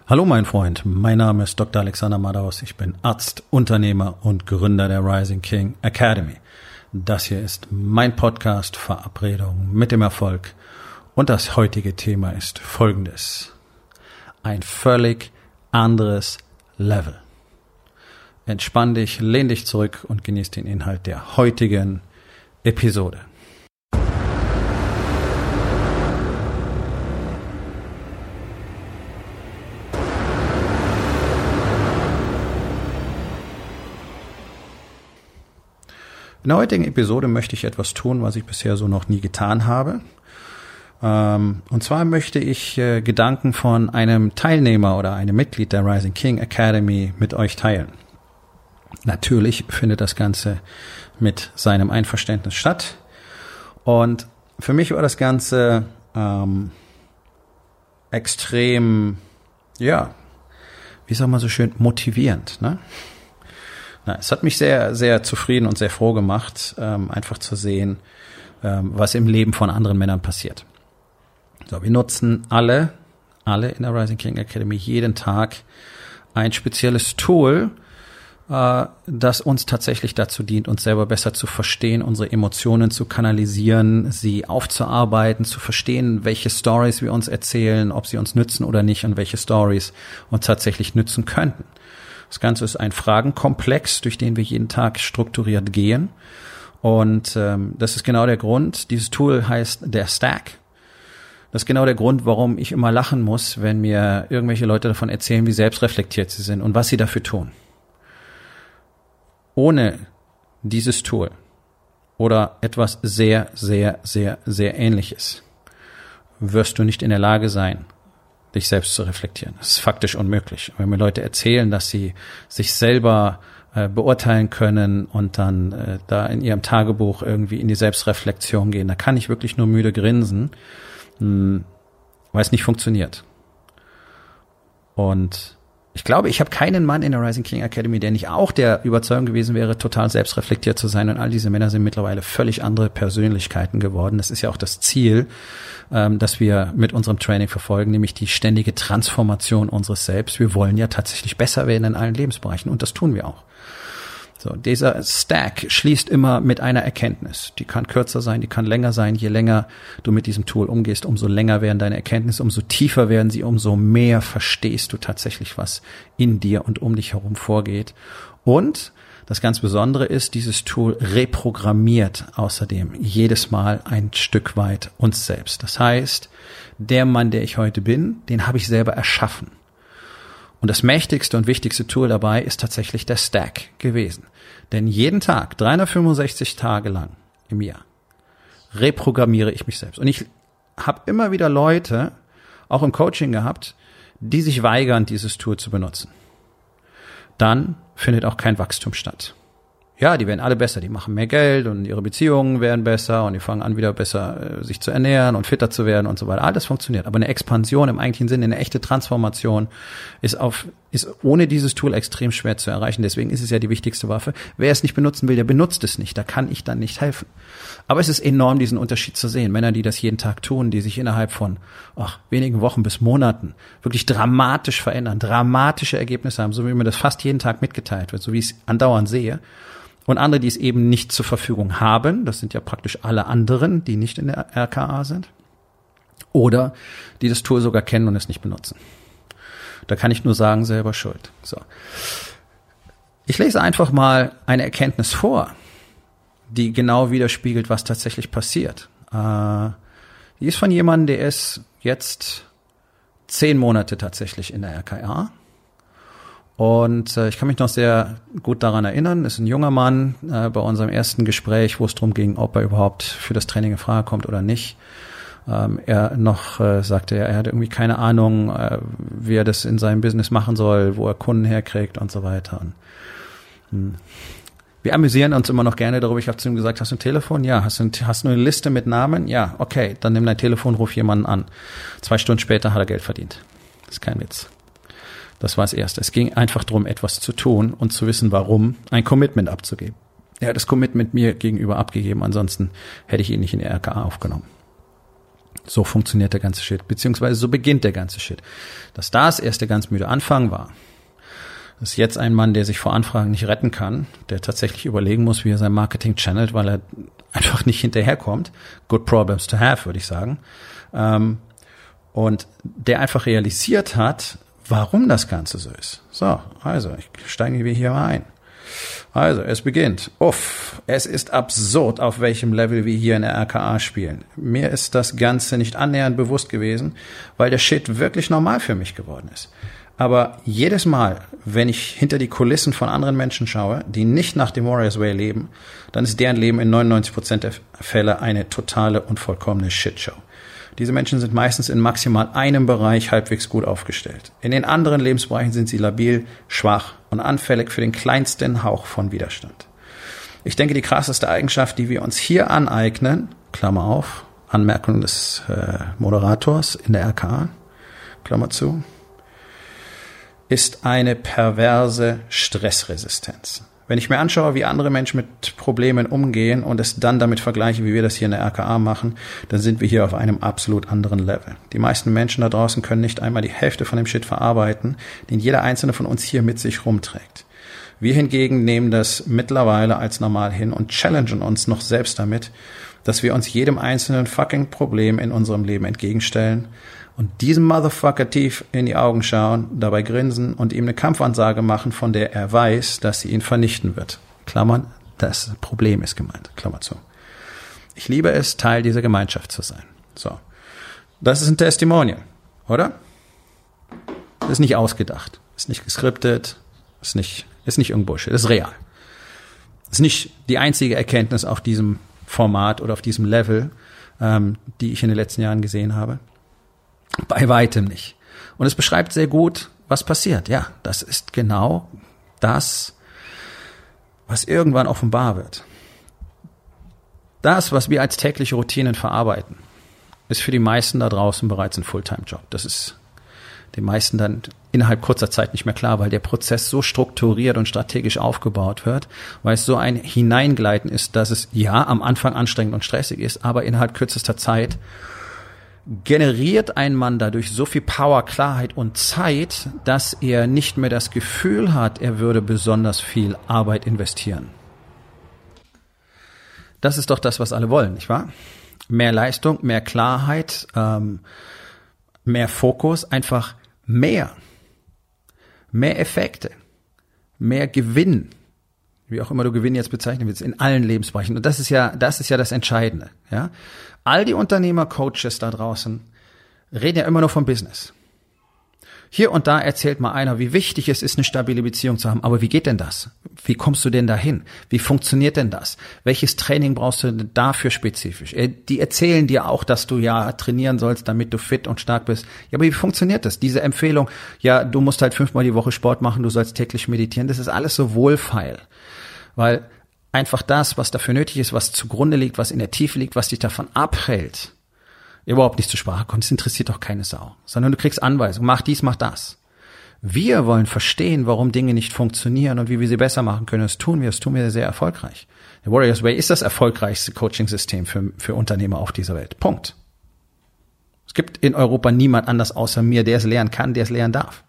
Hallo mein Freund, mein Name ist Dr. Alexander Madaus, ich bin Arzt, Unternehmer und Gründer der Rising King Academy. Das hier ist mein Podcast Verabredung mit dem Erfolg und das heutige Thema ist folgendes: ein völlig anderes Level. Entspann dich, lehn dich zurück und genieß den Inhalt der heutigen Episode. In der heutigen Episode möchte ich etwas tun, was ich bisher so noch nie getan habe. Und zwar möchte ich Gedanken von einem Teilnehmer oder einem Mitglied der Rising King Academy mit euch teilen. Natürlich findet das Ganze mit seinem Einverständnis statt. Und für mich war das Ganze extrem, wie sagt man so schön, motivierend, ne? Es hat mich sehr, sehr zufrieden und sehr froh gemacht, einfach zu sehen, was im Leben von anderen Männern passiert. So, wir nutzen alle in der Rising King Academy jeden Tag ein spezielles Tool, das uns tatsächlich dazu dient, uns selber besser zu verstehen, unsere Emotionen zu kanalisieren, sie aufzuarbeiten, zu verstehen, welche Stories wir uns erzählen, ob sie uns nützen oder nicht und welche Stories uns tatsächlich nützen könnten. Das Ganze ist ein Fragenkomplex, durch den wir jeden Tag strukturiert gehen. Und das ist genau der Grund. Dieses Tool heißt der Stack. Das ist genau der Grund, warum ich immer lachen muss, wenn mir irgendwelche Leute davon erzählen, wie selbstreflektiert sie sind und was sie dafür tun. Ohne dieses Tool oder etwas sehr, sehr, sehr, sehr Ähnliches wirst du nicht in der Lage sein, dich selbst zu reflektieren. Das ist faktisch unmöglich. Wenn mir Leute erzählen, dass sie sich selber beurteilen können und dann da in ihrem Tagebuch irgendwie in die Selbstreflexion gehen, da kann ich wirklich nur müde grinsen, weil es nicht funktioniert. Und ich glaube, ich habe keinen Mann in der Rising King Academy, der nicht auch der Überzeugung gewesen wäre, total selbstreflektiert zu sein. Und all diese Männer sind mittlerweile völlig andere Persönlichkeiten geworden. Das ist ja auch das Ziel, das wir mit unserem Training verfolgen, nämlich die ständige Transformation unseres Selbst. Wir wollen ja tatsächlich besser werden in allen Lebensbereichen und das tun wir auch. So, dieser Stack schließt immer mit einer Erkenntnis. Die kann kürzer sein, die kann länger sein. Je länger du mit diesem Tool umgehst, umso länger werden deine Erkenntnisse, umso tiefer werden sie, umso mehr verstehst du tatsächlich, was in dir und um dich herum vorgeht. Und das ganz Besondere ist, dieses Tool reprogrammiert außerdem jedes Mal ein Stück weit uns selbst. Das heißt, der Mann, der ich heute bin, den habe ich selber erschaffen. Und das mächtigste und wichtigste Tool dabei ist tatsächlich der Stack gewesen. Denn jeden Tag, 365 Tage lang im Jahr, reprogrammiere ich mich selbst. Und ich habe immer wieder Leute, auch im Coaching gehabt, die sich weigern, dieses Tool zu benutzen. Dann findet auch kein Wachstum statt. Ja, die werden alle besser, die machen mehr Geld und ihre Beziehungen werden besser und die fangen an, wieder besser sich zu ernähren und fitter zu werden und so weiter. All das funktioniert. Aber eine Expansion im eigentlichen Sinne, eine echte Transformation ist ohne dieses Tool extrem schwer zu erreichen. Deswegen ist es ja die wichtigste Waffe. Wer es nicht benutzen will, der benutzt es nicht. Da kann ich dann nicht helfen. Aber es ist enorm, diesen Unterschied zu sehen. Männer, die das jeden Tag tun, die sich innerhalb von wenigen Wochen bis Monaten wirklich dramatisch verändern, dramatische Ergebnisse haben, so wie mir das fast jeden Tag mitgeteilt wird, so wie ich es andauernd sehe. Und andere, die es eben nicht zur Verfügung haben, das sind ja praktisch alle anderen, die nicht in der RKA sind, oder die das Tool sogar kennen und es nicht benutzen. Da kann ich nur sagen, selber schuld. So. Ich lese einfach mal eine Erkenntnis vor, die genau widerspiegelt, was tatsächlich passiert. Die ist von jemandem, der ist jetzt 10 Monate tatsächlich in der RKA. Und ich kann mich noch sehr gut daran erinnern, ist ein junger Mann bei unserem ersten Gespräch, wo es darum ging, ob er überhaupt für das Training in Frage kommt oder nicht. Sagte er hat irgendwie keine Ahnung, wie er das in seinem Business machen soll, wo er Kunden herkriegt und so weiter. Und, wir amüsieren uns immer noch gerne darüber. Ich habe zu ihm gesagt, hast du ein Telefon? Ja. Hast du eine Liste mit Namen? Ja. Okay, dann nimm dein Telefon, ruf jemanden an. 2 Stunden später hat er Geld verdient. Das ist kein Witz. Das war das Erste. Es ging einfach darum, etwas zu tun und zu wissen, warum, ein Commitment abzugeben. Er hat das Commitment mir gegenüber abgegeben, ansonsten hätte ich ihn nicht in die RKA aufgenommen. So funktioniert der ganze Shit, beziehungsweise so beginnt der ganze Shit. Dass das erst der ganz müde Anfang war, das ist jetzt ein Mann, der sich vor Anfragen nicht retten kann, der tatsächlich überlegen muss, wie er sein Marketing channelt, weil er einfach nicht hinterherkommt. Good problems to have, würde ich sagen. Und der einfach realisiert hat, warum das Ganze so ist. So, also, steigen wir hier mal ein. Also, es beginnt. Es ist absurd, auf welchem Level wir hier in der RKA spielen. Mir ist das Ganze nicht annähernd bewusst gewesen, weil der Shit wirklich normal für mich geworden ist. Aber jedes Mal, wenn ich hinter die Kulissen von anderen Menschen schaue, die nicht nach dem Warriors Way leben, dann ist deren Leben in 99% der Fälle eine totale und vollkommene Shitshow. Diese Menschen sind meistens in maximal einem Bereich halbwegs gut aufgestellt. In den anderen Lebensbereichen sind sie labil, schwach und anfällig für den kleinsten Hauch von Widerstand. Ich denke, die krasseste Eigenschaft, die wir uns hier aneignen, Klammer auf, Anmerkung des Moderators in der RKA, Klammer zu, ist eine perverse Stressresistenz. Wenn ich mir anschaue, wie andere Menschen mit Problemen umgehen und es dann damit vergleiche, wie wir das hier in der RKA machen, dann sind wir hier auf einem absolut anderen Level. Die meisten Menschen da draußen können nicht einmal die Hälfte von dem Shit verarbeiten, den jeder einzelne von uns hier mit sich rumträgt. Wir hingegen nehmen das mittlerweile als normal hin und challengen uns noch selbst damit, dass wir uns jedem einzelnen fucking Problem in unserem Leben entgegenstellen und diesem Motherfucker tief in die Augen schauen, dabei grinsen und ihm eine Kampfansage machen, von der er weiß, dass sie ihn vernichten wird. Klammern, das Problem ist gemeint. Klammer zu. Ich liebe es, Teil dieser Gemeinschaft zu sein. So. Das ist ein Testimonial, oder? Das ist nicht ausgedacht. Ist nicht geskriptet. Ist nicht irgendein Bullshit. Das ist real. Das ist nicht die einzige Erkenntnis auf diesem Format oder auf diesem Level, die ich in den letzten Jahren gesehen habe. Bei weitem nicht. Und es beschreibt sehr gut, was passiert. Ja, das ist genau das, was irgendwann offenbar wird. Das, was wir als tägliche Routinen verarbeiten, ist für die meisten da draußen bereits ein Fulltime-Job. Das ist den meisten dann innerhalb kurzer Zeit nicht mehr klar, weil der Prozess so strukturiert und strategisch aufgebaut wird, weil es so ein Hineingleiten ist, dass es ja am Anfang anstrengend und stressig ist, aber innerhalb kürzester Zeit generiert ein Mann dadurch so viel Power, Klarheit und Zeit, dass er nicht mehr das Gefühl hat, er würde besonders viel Arbeit investieren. Das ist doch das, was alle wollen, nicht wahr? Mehr Leistung, mehr Klarheit, mehr Fokus, einfach mehr Effekte, mehr Gewinn, wie auch immer du Gewinn jetzt bezeichnen willst, in allen Lebensbereichen. Und das ist ja das Entscheidende, ja. All die Unternehmer, Coaches da draußen reden ja immer nur vom Business. Hier und da erzählt mal einer, wie wichtig es ist, eine stabile Beziehung zu haben. Aber wie geht denn das? Wie kommst du denn dahin? Wie funktioniert denn das? Welches Training brauchst du denn dafür spezifisch? Die erzählen dir auch, dass du ja trainieren sollst, damit du fit und stark bist. Ja, aber wie funktioniert das? Diese Empfehlung, ja, du musst halt 5-mal die Woche Sport machen, du sollst täglich meditieren. Das ist alles so wohlfeil. Weil einfach das, was dafür nötig ist, was zugrunde liegt, was in der Tiefe liegt, was dich davon abhält, überhaupt nicht zur Sprache kommt, das interessiert doch keine Sau. Sondern du kriegst Anweisungen, mach dies, mach das. Wir wollen verstehen, warum Dinge nicht funktionieren und wie wir sie besser machen können. Das tun wir sehr erfolgreich. Der Warriors Way ist das erfolgreichste Coaching-System für Unternehmer auf dieser Welt. Punkt. Es gibt in Europa niemand anders außer mir, der es lernen kann, der es lernen darf.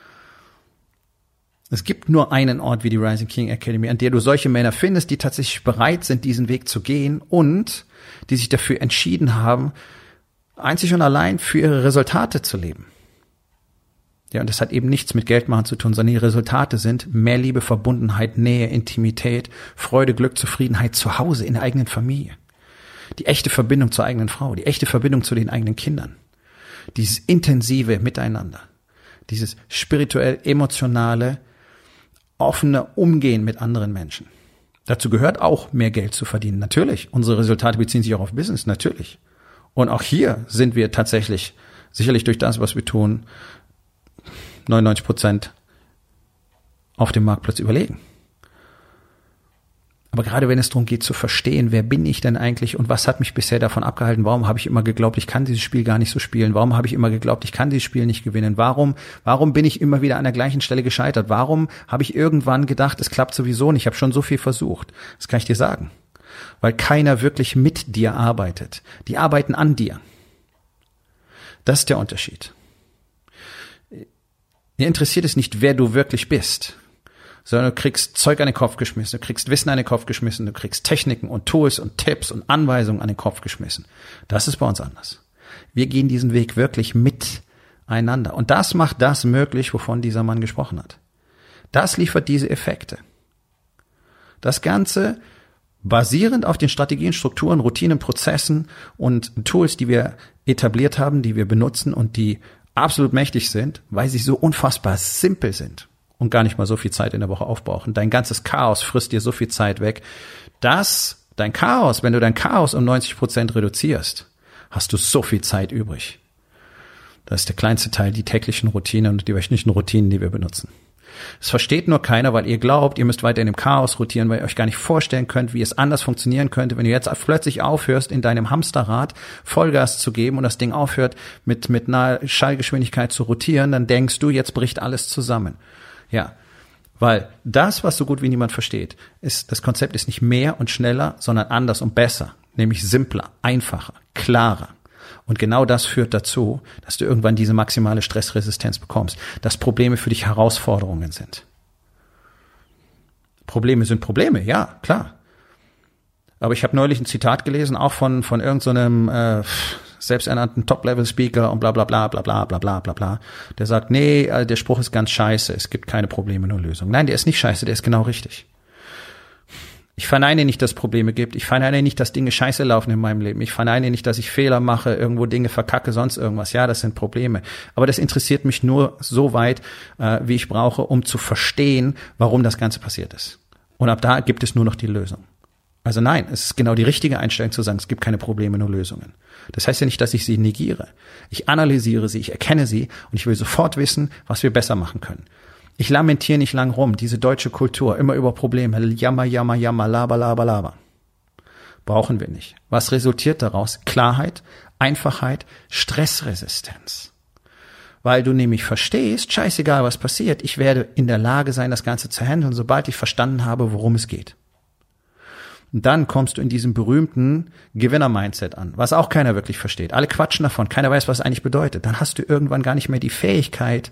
Es gibt nur einen Ort wie die Rising King Academy, an der du solche Männer findest, die tatsächlich bereit sind, diesen Weg zu gehen und die sich dafür entschieden haben, einzig und allein für ihre Resultate zu leben. Ja, und das hat eben nichts mit Geldmachen zu tun, sondern die Resultate sind mehr Liebe, Verbundenheit, Nähe, Intimität, Freude, Glück, Zufriedenheit zu Hause, in der eigenen Familie. Die echte Verbindung zur eigenen Frau, die echte Verbindung zu den eigenen Kindern. Dieses intensive Miteinander, dieses spirituell emotionale, offene Umgehen mit anderen Menschen. Dazu gehört auch, mehr Geld zu verdienen. Natürlich. Unsere Resultate beziehen sich auch auf Business. Natürlich. Und auch hier sind wir tatsächlich, sicherlich durch das, was wir tun, 99% auf dem Marktplatz überlegen. Aber gerade wenn es darum geht zu verstehen, wer bin ich denn eigentlich und was hat mich bisher davon abgehalten, warum habe ich immer geglaubt, ich kann dieses Spiel gar nicht so spielen, warum habe ich immer geglaubt, ich kann dieses Spiel nicht gewinnen, warum bin ich immer wieder an der gleichen Stelle gescheitert, warum habe ich irgendwann gedacht, es klappt sowieso nicht, ich habe schon so viel versucht. Das kann ich dir sagen. Weil keiner wirklich mit dir arbeitet. Die arbeiten an dir. Das ist der Unterschied. Mir interessiert es nicht, wer du wirklich bist, sondern du kriegst Zeug an den Kopf geschmissen, du kriegst Wissen an den Kopf geschmissen, du kriegst Techniken und Tools und Tipps und Anweisungen an den Kopf geschmissen. Das ist bei uns anders. Wir gehen diesen Weg wirklich miteinander. Und das macht das möglich, wovon dieser Mann gesprochen hat. Das liefert diese Effekte. Das Ganze basierend auf den Strategien, Strukturen, Routinen, Prozessen und Tools, die wir etabliert haben, die wir benutzen und die absolut mächtig sind, weil sie so unfassbar simpel sind und gar nicht mal so viel Zeit in der Woche aufbrauchen. Dein ganzes Chaos frisst dir so viel Zeit weg, dass wenn du dein Chaos um 90% reduzierst, hast du so viel Zeit übrig. Das ist der kleinste Teil, die täglichen Routinen und die wöchentlichen Routinen, die wir benutzen. Es versteht nur keiner, weil ihr glaubt, ihr müsst weiter in dem Chaos rotieren, weil ihr euch gar nicht vorstellen könnt, wie es anders funktionieren könnte, wenn du jetzt plötzlich aufhörst, in deinem Hamsterrad Vollgas zu geben und das Ding aufhört, mit einer Schallgeschwindigkeit zu rotieren, dann denkst du, jetzt bricht alles zusammen. Ja, weil das, was so gut wie niemand versteht, ist, das Konzept ist nicht mehr und schneller, sondern anders und besser, nämlich simpler, einfacher, klarer. Und genau das führt dazu, dass du irgendwann diese maximale Stressresistenz bekommst, dass Probleme für dich Herausforderungen sind. Probleme sind Probleme, ja, klar. Aber ich habe neulich ein Zitat gelesen, auch von irgendeinem selbsternannten Top-Level-Speaker und bla bla bla bla bla bla bla bla bla. Der sagt, nee, der Spruch ist ganz scheiße, es gibt keine Probleme, nur Lösungen. Nein, der ist nicht scheiße, der ist genau richtig. Ich verneine nicht, dass es Probleme gibt. Ich verneine nicht, dass Dinge scheiße laufen in meinem Leben. Ich verneine nicht, dass ich Fehler mache, irgendwo Dinge verkacke, sonst irgendwas. Ja, das sind Probleme. Aber das interessiert mich nur so weit, wie ich brauche, um zu verstehen, warum das Ganze passiert ist. Und ab da gibt es nur noch die Lösung. Also nein, es ist genau die richtige Einstellung zu sagen, es gibt keine Probleme, nur Lösungen. Das heißt ja nicht, dass ich sie negiere. Ich analysiere sie, ich erkenne sie und ich will sofort wissen, was wir besser machen können. Ich lamentiere nicht lang rum, diese deutsche Kultur, immer über Probleme, jammer, jammer, jammer, laber, laber, laber. Brauchen wir nicht. Was resultiert daraus? Klarheit, Einfachheit, Stressresistenz. Weil du nämlich verstehst, scheißegal was passiert, ich werde in der Lage sein, das Ganze zu handeln, sobald ich verstanden habe, worum es geht. Und dann kommst du in diesem berühmten Gewinner-Mindset an, was auch keiner wirklich versteht. Alle quatschen davon, keiner weiß, was es eigentlich bedeutet. Dann hast du irgendwann gar nicht mehr die Fähigkeit,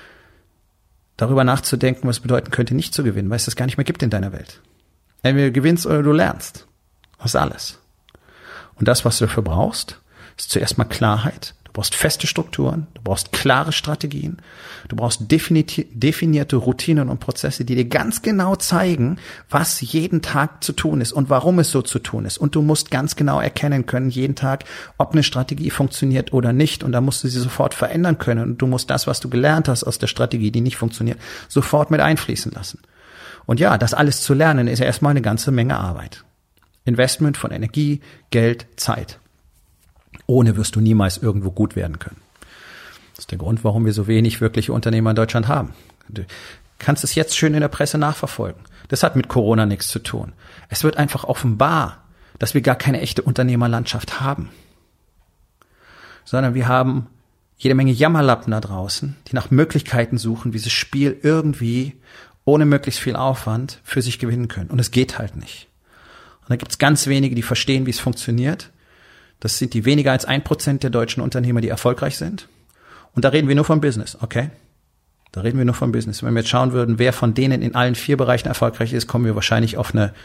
darüber nachzudenken, was es bedeuten könnte, nicht zu gewinnen, weil es das gar nicht mehr gibt in deiner Welt. Entweder du gewinnst oder du lernst. Das ist alles. Und das, was du dafür brauchst, ist zuerst mal Klarheit. Du brauchst feste Strukturen, du brauchst klare Strategien, du brauchst definierte Routinen und Prozesse, die dir ganz genau zeigen, was jeden Tag zu tun ist und warum es so zu tun ist. Und du musst ganz genau erkennen können, jeden Tag, ob eine Strategie funktioniert oder nicht. Und da musst du sie sofort verändern können. Und du musst das, was du gelernt hast aus der Strategie, die nicht funktioniert, sofort mit einfließen lassen. Und ja, das alles zu lernen, ist ja erstmal eine ganze Menge Arbeit. Investment von Energie, Geld, Zeit. Ohne wirst du niemals irgendwo gut werden können. Das ist der Grund, warum wir so wenig wirkliche Unternehmer in Deutschland haben. Du kannst es jetzt schön in der Presse nachverfolgen. Das hat mit Corona nichts zu tun. Es wird einfach offenbar, dass wir gar keine echte Unternehmerlandschaft haben. Sondern wir haben jede Menge Jammerlappen da draußen, die nach Möglichkeiten suchen, wie sie das Spiel irgendwie ohne möglichst viel Aufwand für sich gewinnen können. Und es geht halt nicht. Und da gibt es ganz wenige, die verstehen, wie es funktioniert. Das sind die weniger als 1% der deutschen Unternehmer, die erfolgreich sind. Und da reden wir nur vom Business, okay? Da reden wir nur vom Business. Wenn wir jetzt schauen würden, wer von denen in allen 4 Bereichen erfolgreich ist, kommen wir wahrscheinlich auf eine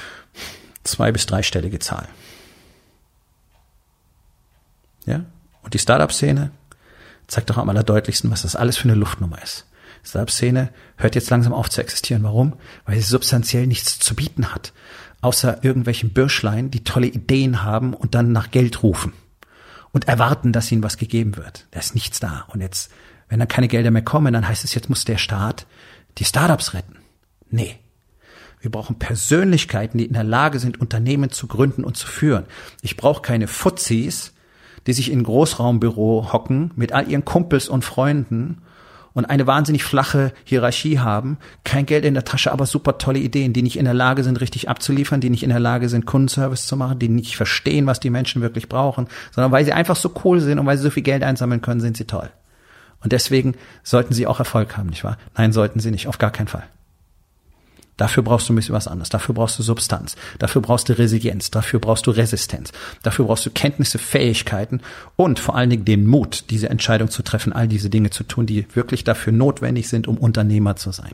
2- bis 3-stellige Zahl. Ja? Und die Startup-Szene zeigt doch am allerdeutlichsten, was das alles für eine Luftnummer ist. Die Startup-Szene hört jetzt langsam auf zu existieren. Warum? Weil sie substanziell nichts zu bieten hat. Außer irgendwelchen Bürschlein, die tolle Ideen haben und dann nach Geld rufen und erwarten, dass ihnen was gegeben wird. Da ist nichts da. Und jetzt, wenn dann keine Gelder mehr kommen, dann heißt es, jetzt muss der Staat die Startups retten. Nee. Wir brauchen Persönlichkeiten, die in der Lage sind, Unternehmen zu gründen und zu führen. Ich brauche keine Fuzis, die sich in ein Großraumbüro hocken mit all ihren Kumpels und Freunden und eine wahnsinnig flache Hierarchie haben, kein Geld in der Tasche, aber super tolle Ideen, die nicht in der Lage sind, richtig abzuliefern, die nicht in der Lage sind, Kundenservice zu machen, die nicht verstehen, was die Menschen wirklich brauchen, sondern weil sie einfach so cool sind und weil sie so viel Geld einsammeln können, sind sie toll. Und deswegen sollten sie auch Erfolg haben, nicht wahr? Nein, sollten sie nicht, auf gar keinen Fall. Dafür brauchst du ein bisschen was anderes. Dafür brauchst du Substanz. Dafür brauchst du Resilienz. Dafür brauchst du Resistenz. Dafür brauchst du Kenntnisse, Fähigkeiten und vor allen Dingen den Mut, diese Entscheidung zu treffen, all diese Dinge zu tun, die wirklich dafür notwendig sind, um Unternehmer zu sein.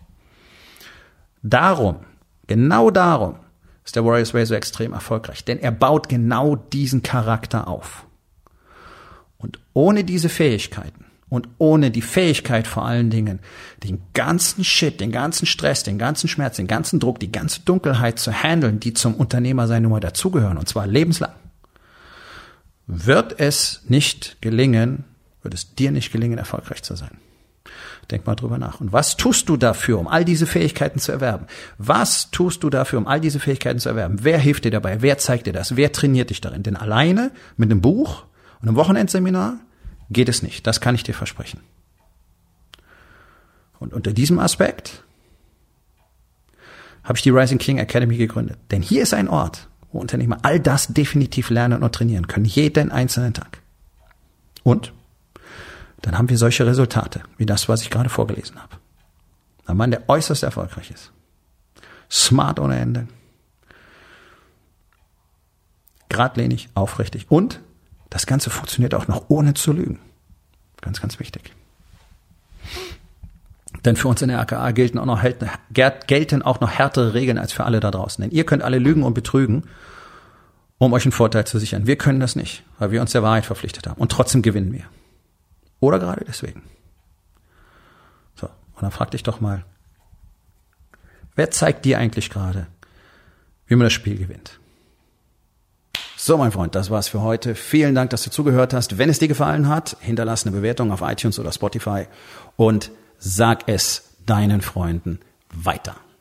Genau darum ist der Warriors Way so extrem erfolgreich. Denn er baut genau diesen Charakter auf. Und ohne diese Fähigkeiten und ohne die Fähigkeit vor allen Dingen, den ganzen Shit, den ganzen Stress, den ganzen Schmerz, den ganzen Druck, die ganze Dunkelheit zu handeln, die zum Unternehmersein nun mal dazugehören, und zwar lebenslang, wird es dir nicht gelingen, erfolgreich zu sein. Denk mal drüber nach. Und was tust du dafür, um all diese Fähigkeiten zu erwerben? Wer hilft dir dabei? Wer zeigt dir das? Wer trainiert dich darin? Denn alleine mit einem Buch und einem Wochenendseminar geht es nicht. Das kann ich dir versprechen. Und unter diesem Aspekt habe ich die Rising King Academy gegründet. Denn hier ist ein Ort, wo Unternehmer all das definitiv lernen und trainieren können. Jeden einzelnen Tag. Und dann haben wir solche Resultate, wie das, was ich gerade vorgelesen habe. Ein Mann, der äußerst erfolgreich ist. Smart ohne Ende. Geradlinig, aufrichtig. Und das Ganze funktioniert auch noch ohne zu lügen. Ganz, ganz wichtig. Denn für uns in der AKA gelten auch noch härtere Regeln als für alle da draußen. Denn ihr könnt alle lügen und betrügen, um euch einen Vorteil zu sichern. Wir können das nicht, weil wir uns der Wahrheit verpflichtet haben. Und trotzdem gewinnen wir. Oder gerade deswegen. So, und dann frag dich doch mal, wer zeigt dir eigentlich gerade, wie man das Spiel gewinnt? So, mein Freund, das war's für heute. Vielen Dank, dass du zugehört hast. Wenn es dir gefallen hat, hinterlass eine Bewertung auf iTunes oder Spotify und sag es deinen Freunden weiter.